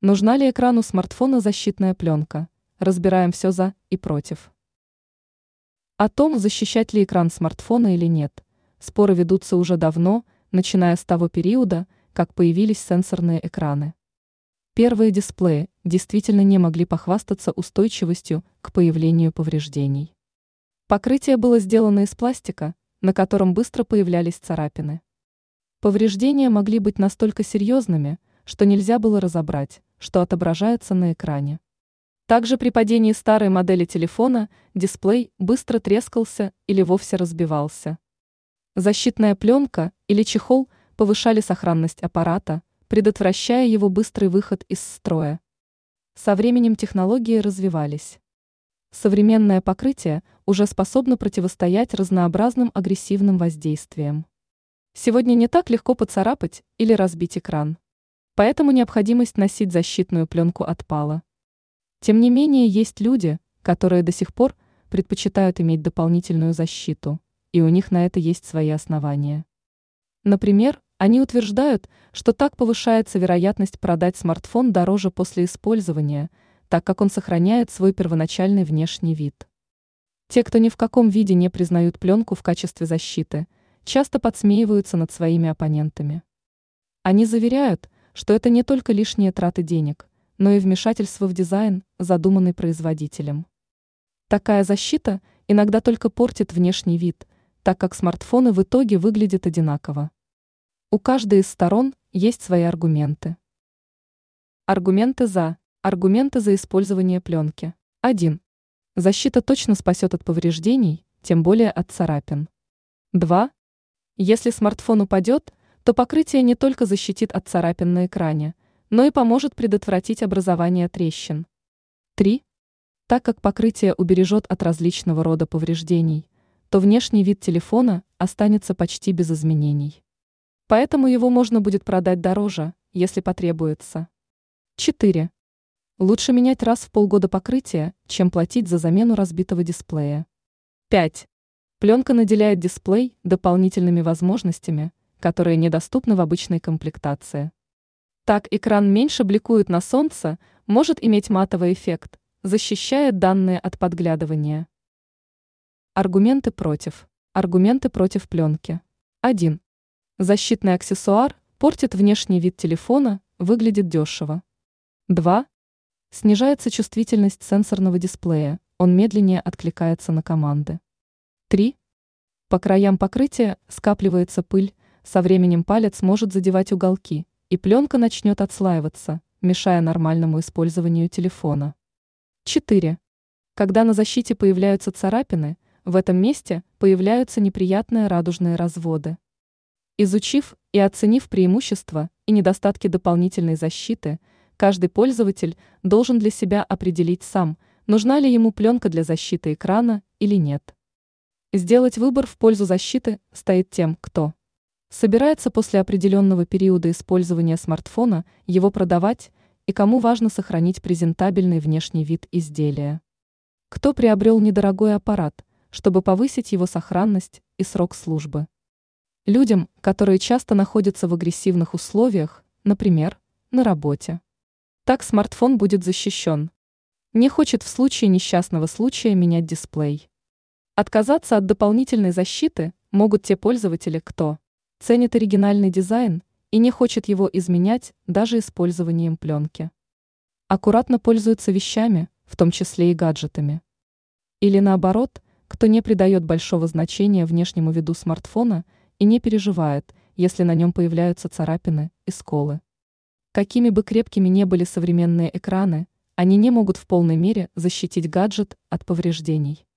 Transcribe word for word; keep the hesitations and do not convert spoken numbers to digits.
Нужна ли экрану смартфона защитная пленка? Разбираем все за и против. О том, защищать ли экран смартфона или нет, споры ведутся уже давно, начиная с того периода, как появились сенсорные экраны. Первые дисплеи действительно не могли похвастаться устойчивостью к появлению повреждений. Покрытие было сделано из пластика, на котором быстро появлялись царапины. Повреждения могли быть настолько серьезными, что нельзя было разобрать, что отображается на экране. Также при падении старой модели телефона дисплей быстро трескался или вовсе разбивался. Защитная пленка или чехол повышали сохранность аппарата, предотвращая его быстрый выход из строя. Со временем технологии развивались. Современное покрытие уже способно противостоять разнообразным агрессивным воздействиям. Сегодня не так легко поцарапать или разбить экран. Поэтому необходимость носить защитную пленку отпала. Тем не менее, есть люди, которые до сих пор предпочитают иметь дополнительную защиту, и у них на это есть свои основания. Например, они утверждают, что так повышается вероятность продать смартфон дороже после использования, так как он сохраняет свой первоначальный внешний вид. Те, кто ни в каком виде не признают пленку в качестве защиты, часто подсмеиваются над своими оппонентами. Они заверяют, что это не только лишние траты денег, но и вмешательство в дизайн, задуманный производителем. Такая защита иногда только портит внешний вид, так как смартфоны в итоге выглядят одинаково. У каждой из сторон есть свои аргументы. Аргументы за. Аргументы за использование пленки. один. Защита точно спасет от повреждений, тем более от царапин. два. Если смартфон упадет, то покрытие не только защитит от царапин на экране, но и поможет предотвратить образование трещин. три. Так как покрытие убережет от различного рода повреждений, то внешний вид телефона останется почти без изменений. Поэтому его можно будет продать дороже, если потребуется. четыре. Лучше менять раз в полгода покрытие, чем платить за замену разбитого дисплея. пять. Пленка наделяет дисплей дополнительными возможностями, которые недоступны в обычной комплектации. Так экран меньше бликует на солнце, может иметь матовый эффект, защищая данные от подглядывания. Аргументы против. Аргументы против пленки. один. Защитный аксессуар портит внешний вид телефона, выглядит дешево. два. Снижается чувствительность сенсорного дисплея, он медленнее откликается на команды. три. По краям покрытия скапливается пыль, со временем палец может задевать уголки, и пленка начнет отслаиваться, мешая нормальному использованию телефона. четыре. Когда на защите появляются царапины, в этом месте появляются неприятные радужные разводы. Изучив и оценив преимущества и недостатки дополнительной защиты, каждый пользователь должен для себя определить сам, нужна ли ему пленка для защиты экрана или нет. Сделать выбор в пользу защиты стоит тем, кто собирается после определенного периода использования смартфона его продавать и кому важно сохранить презентабельный внешний вид изделия. Кто приобрел недорогой аппарат, чтобы повысить его сохранность и срок службы. Людям, которые часто находятся в агрессивных условиях, например, на работе. Так смартфон будет защищен. Не хочет в случае несчастного случая менять дисплей. Отказаться от дополнительной защиты могут те пользователи, кто ценит оригинальный дизайн и не хочет его изменять даже использованием пленки. Аккуратно пользуются вещами, в том числе и гаджетами. Или наоборот, кто не придает большого значения внешнему виду смартфона и не переживает, если на нем появляются царапины и сколы. Какими бы крепкими ни были современные экраны, они не могут в полной мере защитить гаджет от повреждений.